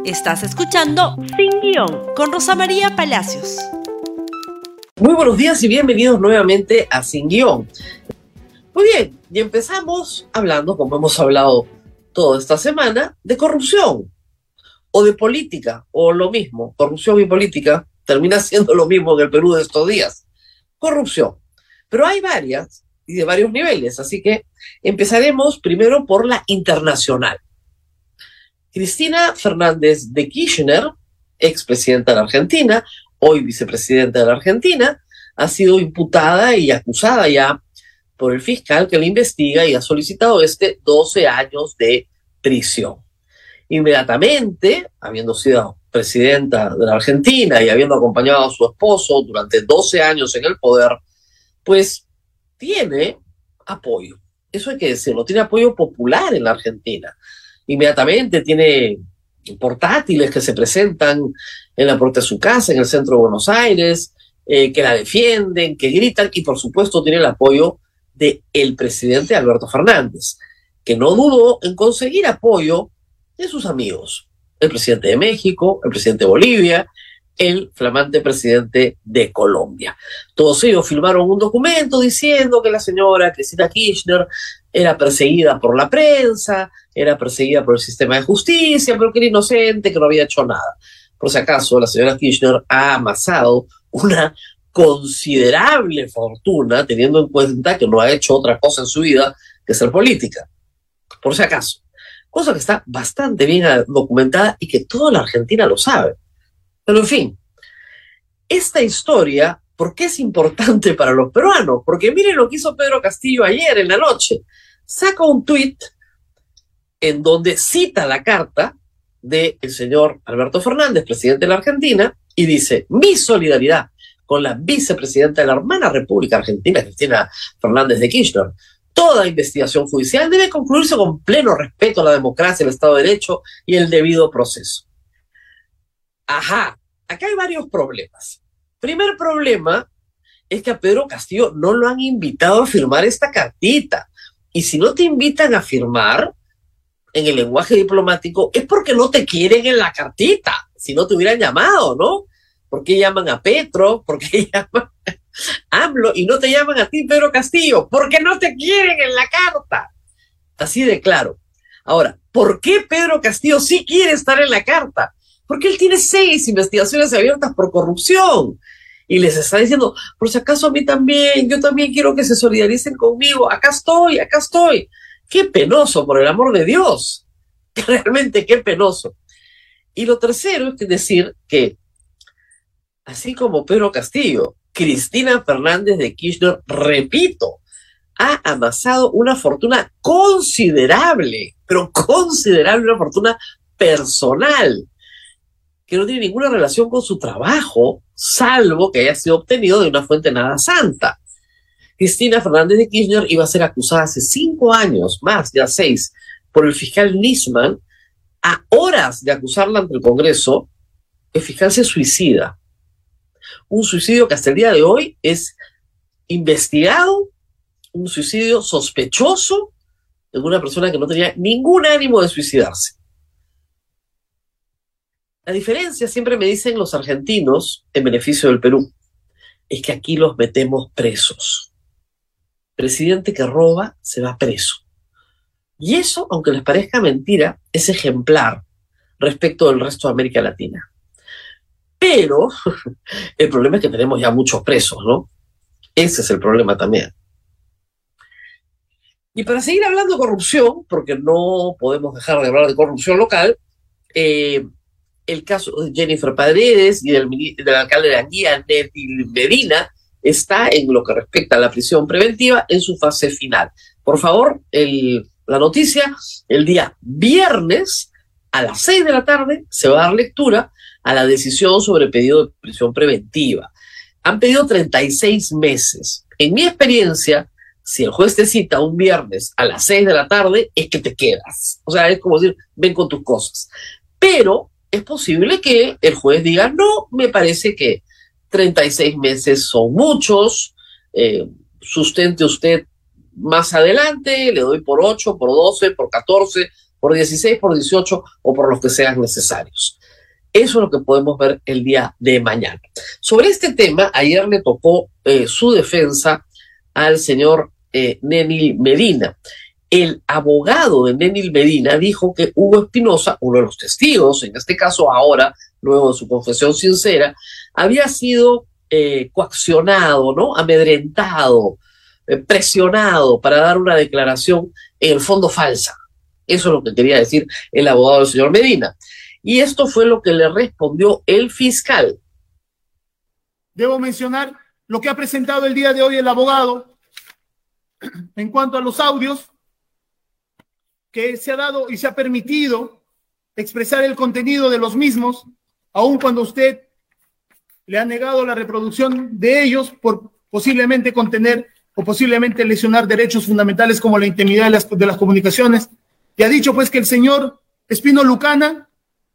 Estás escuchando Sin Guión con Rosa María Palacios. Muy buenos días y bienvenidos nuevamente a Sin Guión. Muy bien, y empezamos hablando, como hemos hablado toda esta semana, de corrupción o de política, o lo mismo. Corrupción y política termina siendo lo mismo en el Perú de estos días. Corrupción. Pero hay varias y de varios niveles, así que empezaremos primero por la internacional. Cristina Fernández de Kirchner, expresidenta de la Argentina, hoy vicepresidenta de la Argentina, ha sido imputada y acusada ya por el fiscal que la investiga y ha solicitado 12 años de prisión. Inmediatamente, habiendo sido presidenta de la Argentina y habiendo acompañado a su esposo durante 12 años en el poder, pues tiene apoyo. Eso hay que decirlo, tiene apoyo popular en la Argentina. Inmediatamente tiene portátiles que se presentan en la puerta de su casa, en el centro de Buenos Aires, que la defienden, que gritan, y por supuesto tiene el apoyo del presidente Alberto Fernández, que no dudó en conseguir apoyo de sus amigos, el presidente de México, el presidente de Bolivia, el flamante presidente de Colombia. Todos ellos firmaron un documento diciendo que la señora Cristina Kirchner era perseguida por la prensa, era perseguida por el sistema de justicia, pero que era inocente, que no había hecho nada. Por si acaso, la señora Kirchner ha amasado una considerable fortuna, teniendo en cuenta que no ha hecho otra cosa en su vida que ser política. Por si acaso. Cosa que está bastante bien documentada y que toda la Argentina lo sabe. Pero en fin, esta historia, ¿por qué es importante para los peruanos? Porque miren lo que hizo Pedro Castillo ayer en la noche. Saca un tuit en donde cita la carta del señor Alberto Fernández, presidente de la Argentina, y dice: mi solidaridad con la vicepresidenta de la hermana República Argentina, Cristina Fernández de Kirchner. Toda investigación judicial debe concluirse con pleno respeto a la democracia, el Estado de Derecho y el debido proceso. Ajá, acá hay varios problemas. Primer problema es que a Pedro Castillo no lo han invitado a firmar esta cartita. Y si no te invitan a firmar, en el lenguaje diplomático, es porque no te quieren en la cartita. Si no te hubieran llamado, ¿no? ¿Por qué llaman a Petro? ¿Por qué llaman a AMLO? Y no te llaman a ti, Pedro Castillo, porque no te quieren en la carta. Así de claro. Ahora, ¿por qué Pedro Castillo sí quiere estar en la carta? Porque él tiene 6 investigaciones abiertas por corrupción. Y les está diciendo, por si acaso a mí también, yo también quiero que se solidaricen conmigo. Acá estoy, acá estoy. Qué penoso, por el amor de Dios. Realmente qué penoso. Y lo tercero es decir que, así como Pedro Castillo, Cristina Fernández de Kirchner, repito, ha amasado una fortuna considerable, pero considerable, una fortuna personal, que no tiene ninguna relación con su trabajo, salvo que haya sido obtenido de una fuente nada santa. Cristina Fernández de Kirchner iba a ser acusada hace 5 años, más, ya 6, por el fiscal Nisman. A horas de acusarla ante el Congreso, el fiscal se suicida. Un suicidio que hasta el día de hoy es investigado, un suicidio sospechoso de una persona que no tenía ningún ánimo de suicidarse. La diferencia, siempre me dicen los argentinos, en beneficio del Perú, es que aquí los metemos presos. Presidente que roba se va preso. Y eso, aunque les parezca mentira, es ejemplar respecto del resto de América Latina. Pero el problema es que tenemos ya muchos presos, ¿no? Ese es el problema también. Y para seguir hablando de corrupción, porque no podemos dejar de hablar de corrupción local, el caso de Jennifer Paredes y del alcalde de Anguía, Netil Medina, está en lo que respecta a la prisión preventiva en su fase final. Por favor, la noticia, el día viernes a las 6 de la tarde se va a dar lectura a la decisión sobre pedido de prisión preventiva. Han pedido 36 meses. En mi experiencia, si el juez te cita un viernes a las 6 de la tarde, es que te quedas. O sea, es como decir, ven con tus cosas. Pero es posible que el juez diga, no, me parece que 36 meses son muchos, sustente usted más adelante, le doy por 8, por 12, por 14, por 16, por 18 o por los que sean necesarios. Eso es lo que podemos ver el día de mañana. Sobre este tema, ayer le tocó su defensa al señor Nenil Medina. El abogado de Nenil Medina dijo que Hugo Espinosa, uno de los testigos, en este caso ahora, luego de su confesión sincera, había sido coaccionado, ¿no? Amedrentado, presionado para dar una declaración en el fondo falsa. Eso es lo que quería decir el abogado del señor Medina. Y esto fue lo que le respondió el fiscal. Debo mencionar lo que ha presentado el día de hoy el abogado en cuanto a los audios, que se ha dado y se ha permitido expresar el contenido de los mismos, aun cuando usted le ha negado la reproducción de ellos por posiblemente contener o posiblemente lesionar derechos fundamentales como la intimidad de las comunicaciones. Y ha dicho pues que el señor Espino Lucana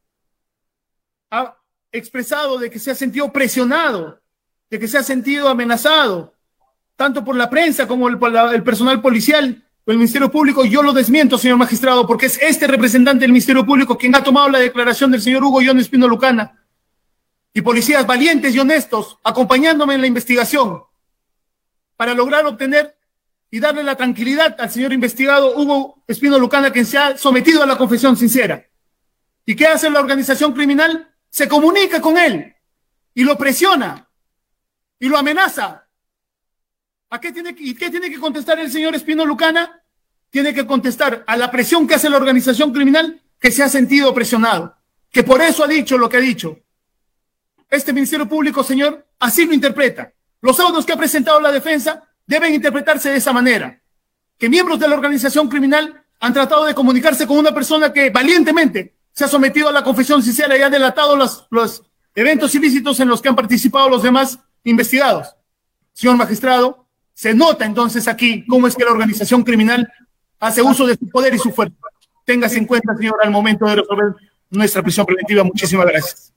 ha expresado de que se ha sentido presionado, de que se ha sentido amenazado, tanto por la prensa como por el personal policial o el Ministerio Público. Yo lo desmiento, señor magistrado, porque es este representante del Ministerio Público quien ha tomado la declaración del señor Hugo John Espino Lucana, y policías valientes y honestos acompañándome en la investigación para lograr obtener y darle la tranquilidad al señor investigado Hugo Espino Lucana, quien se ha sometido a la confesión sincera. ¿Y qué hace la organización criminal? Se comunica con él y lo presiona y lo amenaza. ¿Qué tiene que contestar el señor Espino Lucana? Tiene que contestar a la presión que hace la organización criminal, que se ha sentido presionado, que por eso ha dicho lo que ha dicho. Este Ministerio Público, señor, así lo interpreta. Los audios que ha presentado la defensa deben interpretarse de esa manera, que miembros de la organización criminal han tratado de comunicarse con una persona que valientemente se ha sometido a la confesión sincera y ha delatado los eventos ilícitos en los que han participado los demás investigados. Señor magistrado, se nota entonces aquí cómo es que la organización criminal hace uso de su poder y su fuerza. Téngase en cuenta, señor, al momento de resolver nuestra prisión preventiva. Muchísimas gracias.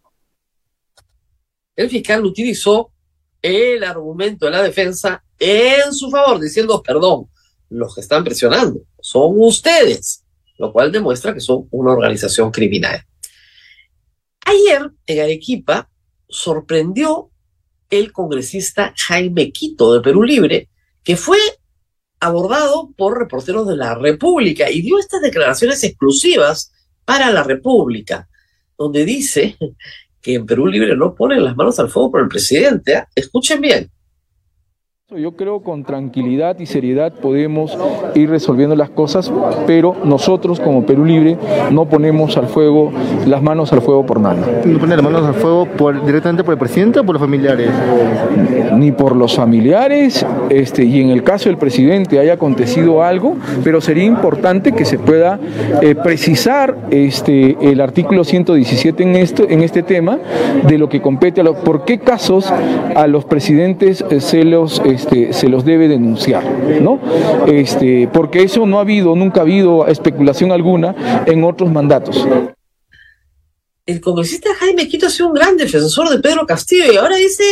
El fiscal utilizó el argumento de la defensa en su favor, diciendo, perdón, los que están presionando son ustedes, lo cual demuestra que son una organización criminal. Ayer, en Arequipa, sorprendió el congresista Jaime Quito, de Perú Libre, que fue abordado por reporteros de la República y dio estas declaraciones exclusivas para la República, donde dice que en Perú Libre no ponen las manos al fuego por el presidente, ¿eh? Escuchen bien. Yo creo con tranquilidad y seriedad podemos ir resolviendo las cosas, pero nosotros como Perú Libre no ponemos las manos al fuego por nadie. ¿No ponen las manos al fuego directamente por el presidente o por los familiares? Ni por los familiares, y en el caso del presidente haya acontecido algo, pero sería importante que se pueda precisar el artículo 117 en este tema de lo que compete por qué casos a los presidentes se los debe denunciar, ¿no? Porque eso nunca ha habido especulación alguna en otros mandatos. El congresista Jaime Quito ha sido un gran defensor de Pedro Castillo y ahora dice,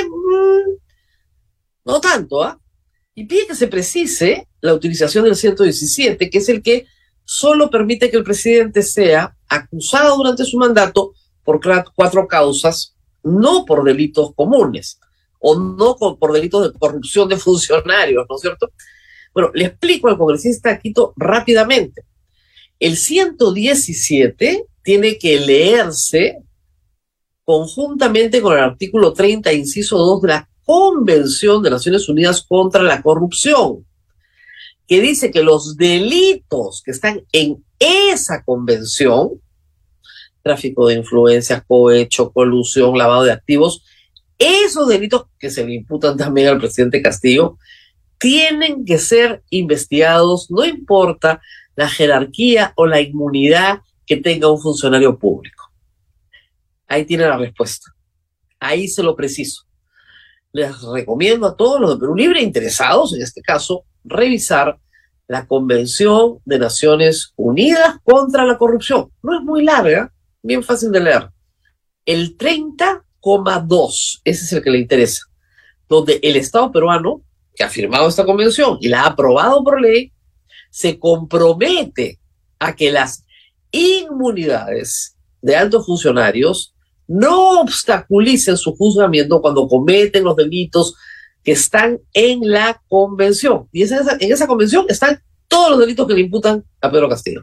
no tanto, ¿ah? Y pide que se precise la utilización del 117, que es el que solo permite que el presidente sea acusado durante su mandato por 4 causas, no por delitos comunes, o no por delitos de corrupción de funcionarios, ¿no es cierto? Bueno, le explico al congresista Quito rápidamente. El 117 tiene que leerse conjuntamente con el artículo 30, inciso 2 de la Convención de Naciones Unidas contra la Corrupción, que dice que los delitos que están en esa convención, tráfico de influencias, cohecho, colusión, lavado de activos, esos delitos que se le imputan también al presidente Castillo tienen que ser investigados, no importa la jerarquía o la inmunidad que tenga un funcionario público. Ahí tiene la respuesta. Ahí se lo preciso. Les recomiendo a todos los de Perú Libre interesados, en este caso, revisar la Convención de Naciones Unidas contra la Corrupción. No es muy larga, bien fácil de leer. El 30,2, ese es el que le interesa, donde el Estado peruano, que ha firmado esta convención y la ha aprobado por ley, se compromete a que las inmunidades de altos funcionarios no obstaculicen su juzgamiento cuando cometen los delitos que están en la convención. Y en esa convención están todos los delitos que le imputan a Pedro Castillo.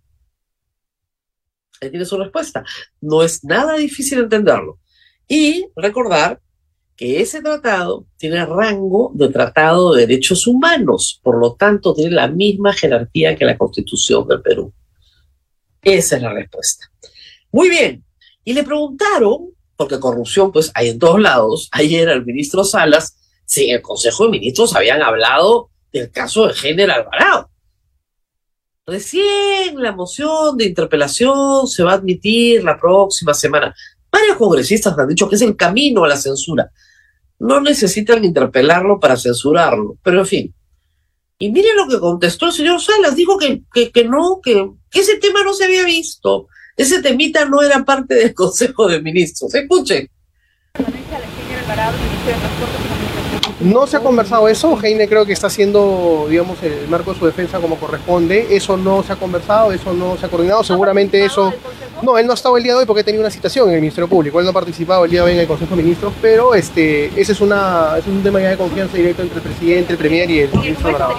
Ahí tiene su respuesta. No es nada difícil entenderlo. Y recordar que ese tratado tiene rango de tratado de derechos humanos, por lo tanto tiene la misma jerarquía que la Constitución del Perú. Esa es la respuesta. Muy bien. Y le preguntaron, porque corrupción pues hay en todos lados, ayer al ministro Salas, si en el Consejo de Ministros habían hablado del caso de Heiner Alvarado. Recién la moción de interpelación se va a admitir la próxima semana. Varios congresistas han dicho que es el camino a la censura. No necesitan interpelarlo para censurarlo, pero en fin. Y miren lo que contestó el señor Salas. Dijo que no, que ese tema no se había visto. Ese temita no era parte del Consejo de Ministros. Escuchen. No se ha conversado eso. Heiner creo que está haciendo, digamos, el marco de su defensa como corresponde. Eso no se ha conversado, eso no se ha coordinado. Seguramente eso... No, él no ha estado el día de hoy porque tenía una citación en el Ministerio Público. Él no ha participado el día de hoy en el Consejo de Ministros, pero ese es un tema ya de confianza directa entre el presidente, el premier y el ministro Alvarado.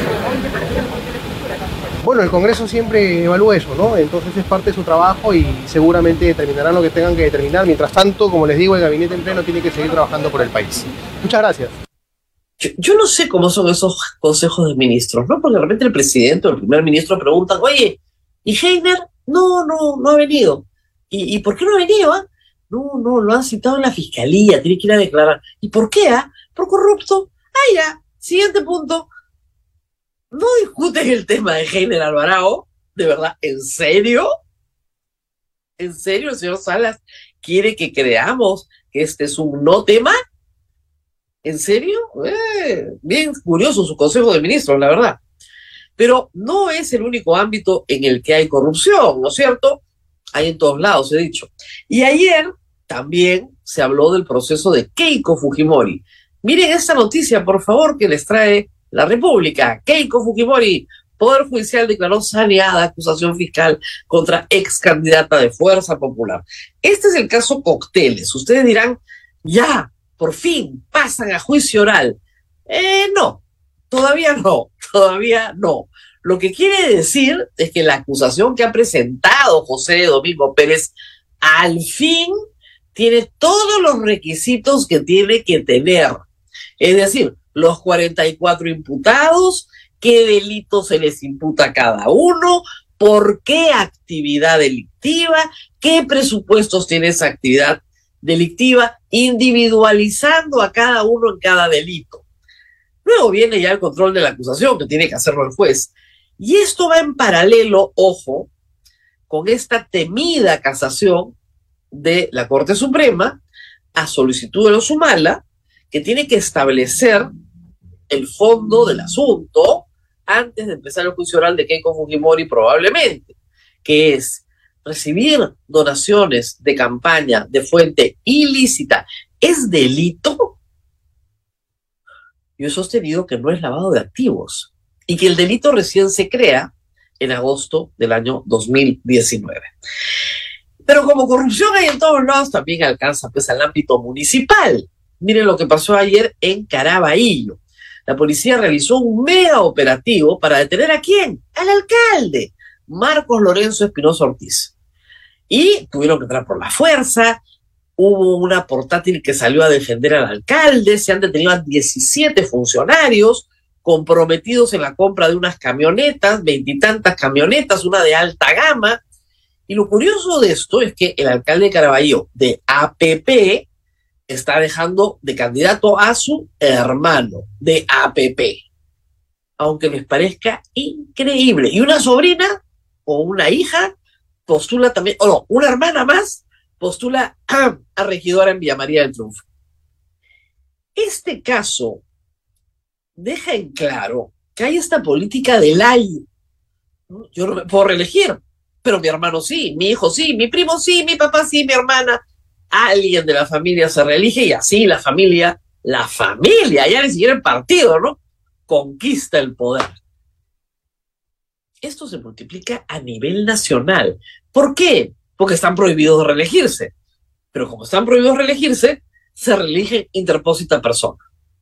Bueno, el Congreso siempre evalúa eso, ¿no? Entonces es parte de su trabajo y seguramente determinarán lo que tengan que determinar. Mientras tanto, como les digo, el gabinete en pleno tiene que seguir trabajando por el país. Muchas gracias. Yo no sé cómo son esos consejos de ministros, ¿no? Porque de repente el presidente o el primer ministro preguntan, oye, ¿y Heiner? No ha venido. ¿Y por qué no ha venido? No, lo han citado en la fiscalía, tiene que ir a declarar. ¿Y por qué? Por corrupto. Ya, siguiente punto. ¿No discuten el tema de Heiner Alvarado? ¿De verdad? ¿En serio? ¿En serio el señor Salas quiere que creamos que este es un no tema? ¿En serio? Bien curioso su Consejo de Ministros, la verdad. Pero no es el único ámbito en el que hay corrupción, ¿no es cierto? Hay en todos lados, he dicho. Y ayer también se habló del proceso de Keiko Fujimori. Miren esta noticia, por favor, que les trae La República. Keiko Fujimori, Poder Judicial declaró saneada acusación fiscal contra ex candidata de Fuerza Popular. Este es el caso Cocteles. Ustedes dirán, ya, por fin, pasan a juicio oral. No, todavía no. Lo que quiere decir es que la acusación que ha presentado José Domingo Pérez al fin tiene todos los requisitos que tiene que tener. Es decir, los 44 imputados, qué delito se les imputa a cada uno, por qué actividad delictiva, qué presupuestos tiene esa actividad delictiva, individualizando a cada uno en cada delito. Luego viene ya el control de la acusación, que tiene que hacerlo el juez. Y esto va en paralelo, ojo, con esta temida casación de la Corte Suprema a solicitud de los Humala, que tiene que establecer el fondo del asunto antes de empezar el juicio oral de Keiko Fujimori probablemente, que es recibir donaciones de campaña de fuente ilícita. ¿Es delito? Yo he sostenido que no es lavado de activos y que el delito recién se crea en agosto del año 2019. Pero como corrupción hay en todos lados, también alcanza pues al ámbito municipal. Miren lo que pasó ayer en Caraballo. La policía realizó un mega operativo para detener ¿a quién? Al alcalde, Marcos Lorenzo Espinosa Ortiz. Y tuvieron que entrar por la fuerza. Hubo una portátil que salió a defender al alcalde. Se han detenido a 17 funcionarios comprometidos en la compra de unas camionetas, 20 y tantas camionetas, una de alta gama. Y lo curioso de esto es que el alcalde de Caraballo, de APP, está dejando de candidato a su hermano de APP. Aunque les parezca increíble. Y una sobrina o una hija postula también, o no, una hermana más postula a regidora en Villa María del Triunfo. Este caso deja en claro que hay esta política del ay. Yo no me puedo reelegir, pero mi hermano sí, mi hijo sí, mi primo sí, mi papá sí, mi hermana. Alguien de la familia se reelige y así la familia, ya ni siquiera el partido, ¿no? Conquista el poder. Esto se multiplica a nivel nacional. ¿Por qué? Porque están prohibidos de reelegirse. Pero como están prohibidos de reelegirse, se reeligen interpósita persona.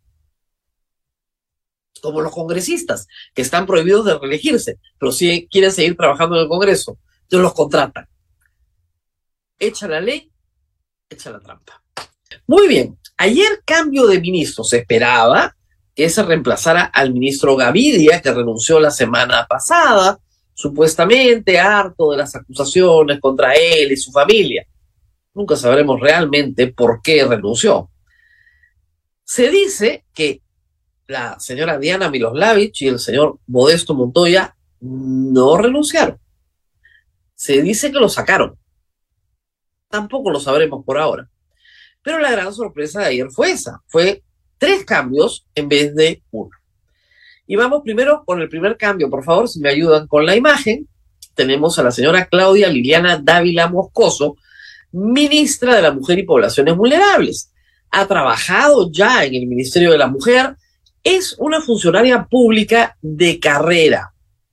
Como los congresistas, que están prohibidos de reelegirse, pero si quieren seguir trabajando en el Congreso, entonces los contratan. Echa la ley, echa la trampa. Muy bien, ayer cambio de ministro. Se esperaba que se reemplazara al ministro Gavidia, que renunció la semana pasada, supuestamente harto de las acusaciones contra él y su familia. Nunca sabremos realmente por qué renunció. Se dice que la señora Diana Miloslavich y el señor Modesto Montoya no renunciaron. Se dice que lo sacaron. Tampoco lo sabremos por ahora. Pero la gran sorpresa de ayer fue esa. Fue 3 cambios en vez de 1. Y vamos primero con el primer cambio. Por favor, si me ayudan con la imagen. Tenemos a la señora Claudia Liliana Dávila Moscoso, ministra de la Mujer y Poblaciones Vulnerables. Ha trabajado ya en el Ministerio de la Mujer. Es una funcionaria pública de carrera.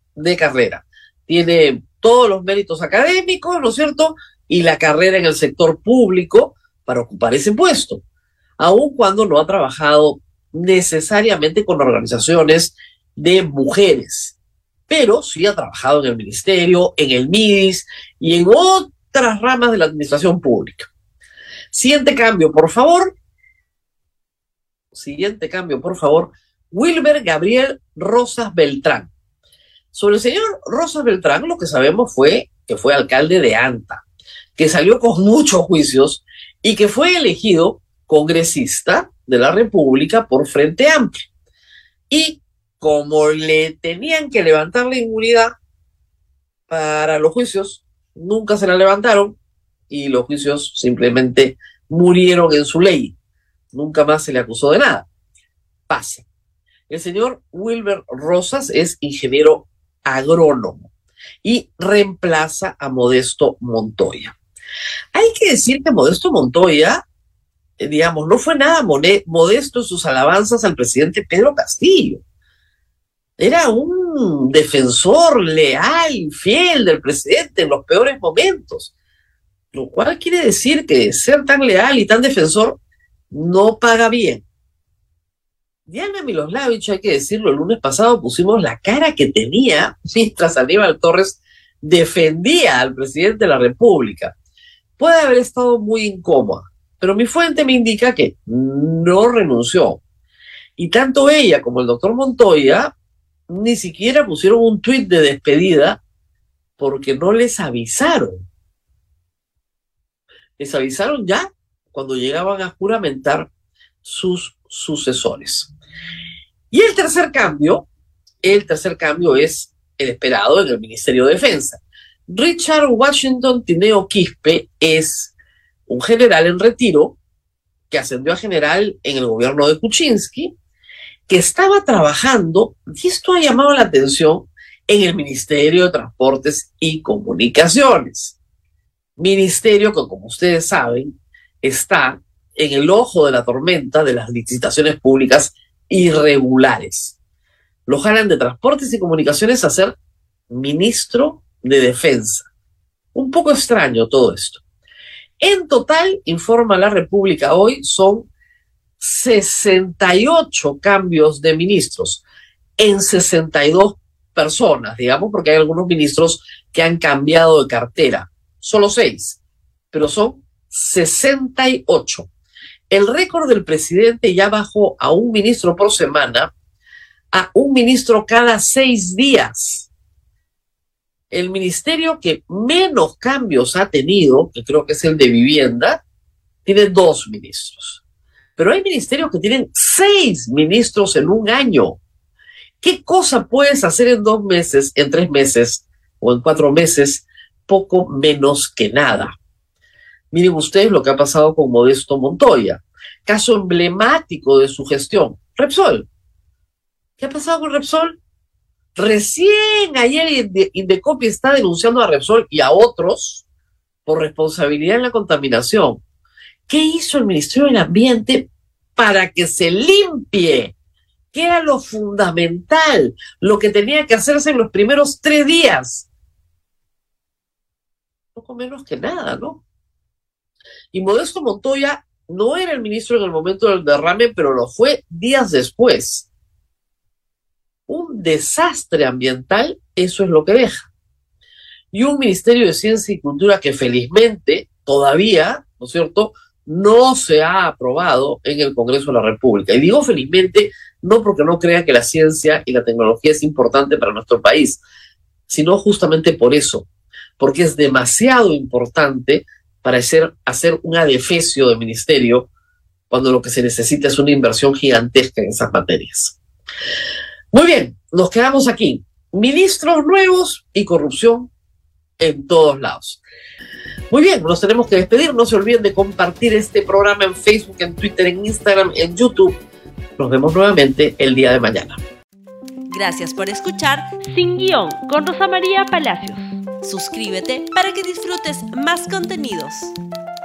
Tiene todos los méritos académicos, ¿no es cierto? Y la carrera en el sector público para ocupar ese puesto, aun cuando no ha trabajado necesariamente con organizaciones de mujeres, pero sí ha trabajado en el ministerio, en el MIDIS y en otras ramas de la administración pública. Siguiente cambio, por favor. Wilber Gabriel Rosas Beltrán. Sobre el señor Rosas Beltrán, lo que sabemos fue que fue alcalde de Anta, que salió con muchos juicios y que fue elegido congresista de la República por Frente Amplio. Y como le tenían que levantar la inmunidad para los juicios, nunca se la levantaron y los juicios simplemente murieron en su ley. Nunca más se le acusó de nada. Pasa. El señor Wilber Rosas es ingeniero agrónomo y reemplaza a Modesto Montoya. Hay que decir que Modesto Montoya, digamos, no fue nada modesto en sus alabanzas al presidente Pedro Castillo. Era un defensor leal, fiel del presidente en los peores momentos, lo cual quiere decir que ser tan leal y tan defensor no paga bien. Diana Miloslavich, hay que decirlo, el lunes pasado pusimos la cara que tenía mientras Aníbal Torres defendía al presidente de la República. Puede haber estado muy incómoda, pero mi fuente me indica que no renunció. Y tanto ella como el doctor Montoya ni siquiera pusieron un tuit de despedida porque no les avisaron. Les avisaron ya cuando llegaban a juramentar sus sucesores. Y el tercer cambio es el esperado en el Ministerio de Defensa. Richard Washington Tineo Quispe es un general en retiro que ascendió a general en el gobierno de Kuczynski, que estaba trabajando, y esto ha llamado la atención, en el Ministerio de Transportes y Comunicaciones. Ministerio que, como ustedes saben, está en el ojo de la tormenta de las licitaciones públicas irregulares. Lo jalan de Transportes y Comunicaciones a ser ministro de Defensa. Un poco extraño todo esto. En total, informa La República hoy, son 68 cambios de ministros en 62 personas, digamos, porque hay algunos ministros que han cambiado de cartera. Solo 6, pero son 68. El récord del presidente ya bajó a un ministro por semana, a un ministro cada 6 días. El ministerio que menos cambios ha tenido, que creo que es el de Vivienda, tiene 2 ministros. Pero hay ministerios que tienen 6 ministros en un año. ¿Qué cosa puedes hacer en 2 meses, en 3 meses o en 4 meses? Poco menos que nada. Miren ustedes lo que ha pasado con Modesto Montoya. Caso emblemático de su gestión. Repsol. ¿Qué ha pasado con Repsol? Recién ayer Indecopi está denunciando a Repsol y a otros por responsabilidad en la contaminación. ¿Qué hizo el Ministerio del Ambiente para que se limpie que era lo fundamental, lo que tenía que hacerse en los primeros 3 días. Poco menos que nada, ¿no? Y Modesto Montoya no era el ministro en el momento del derrame, pero lo fue días después. Un desastre ambiental, eso es lo que deja. Y un Ministerio de Ciencia y Cultura que felizmente todavía, ¿no es cierto?, no se ha aprobado en el Congreso de la República. Y digo felizmente, no porque no crea que la ciencia y la tecnología es importante para nuestro país, sino justamente por eso, porque es demasiado importante para hacer un adefesio de ministerio cuando lo que se necesita es una inversión gigantesca en esas materias. Muy bien, nos quedamos aquí. Ministros nuevos y corrupción en todos lados. Muy bien, nos tenemos que despedir. No se olviden de compartir este programa en Facebook, en Twitter, en Instagram, en YouTube. Nos vemos nuevamente el día de mañana. Gracias por escuchar Sin Guión con Rosa María Palacios. Suscríbete para que disfrutes más contenidos.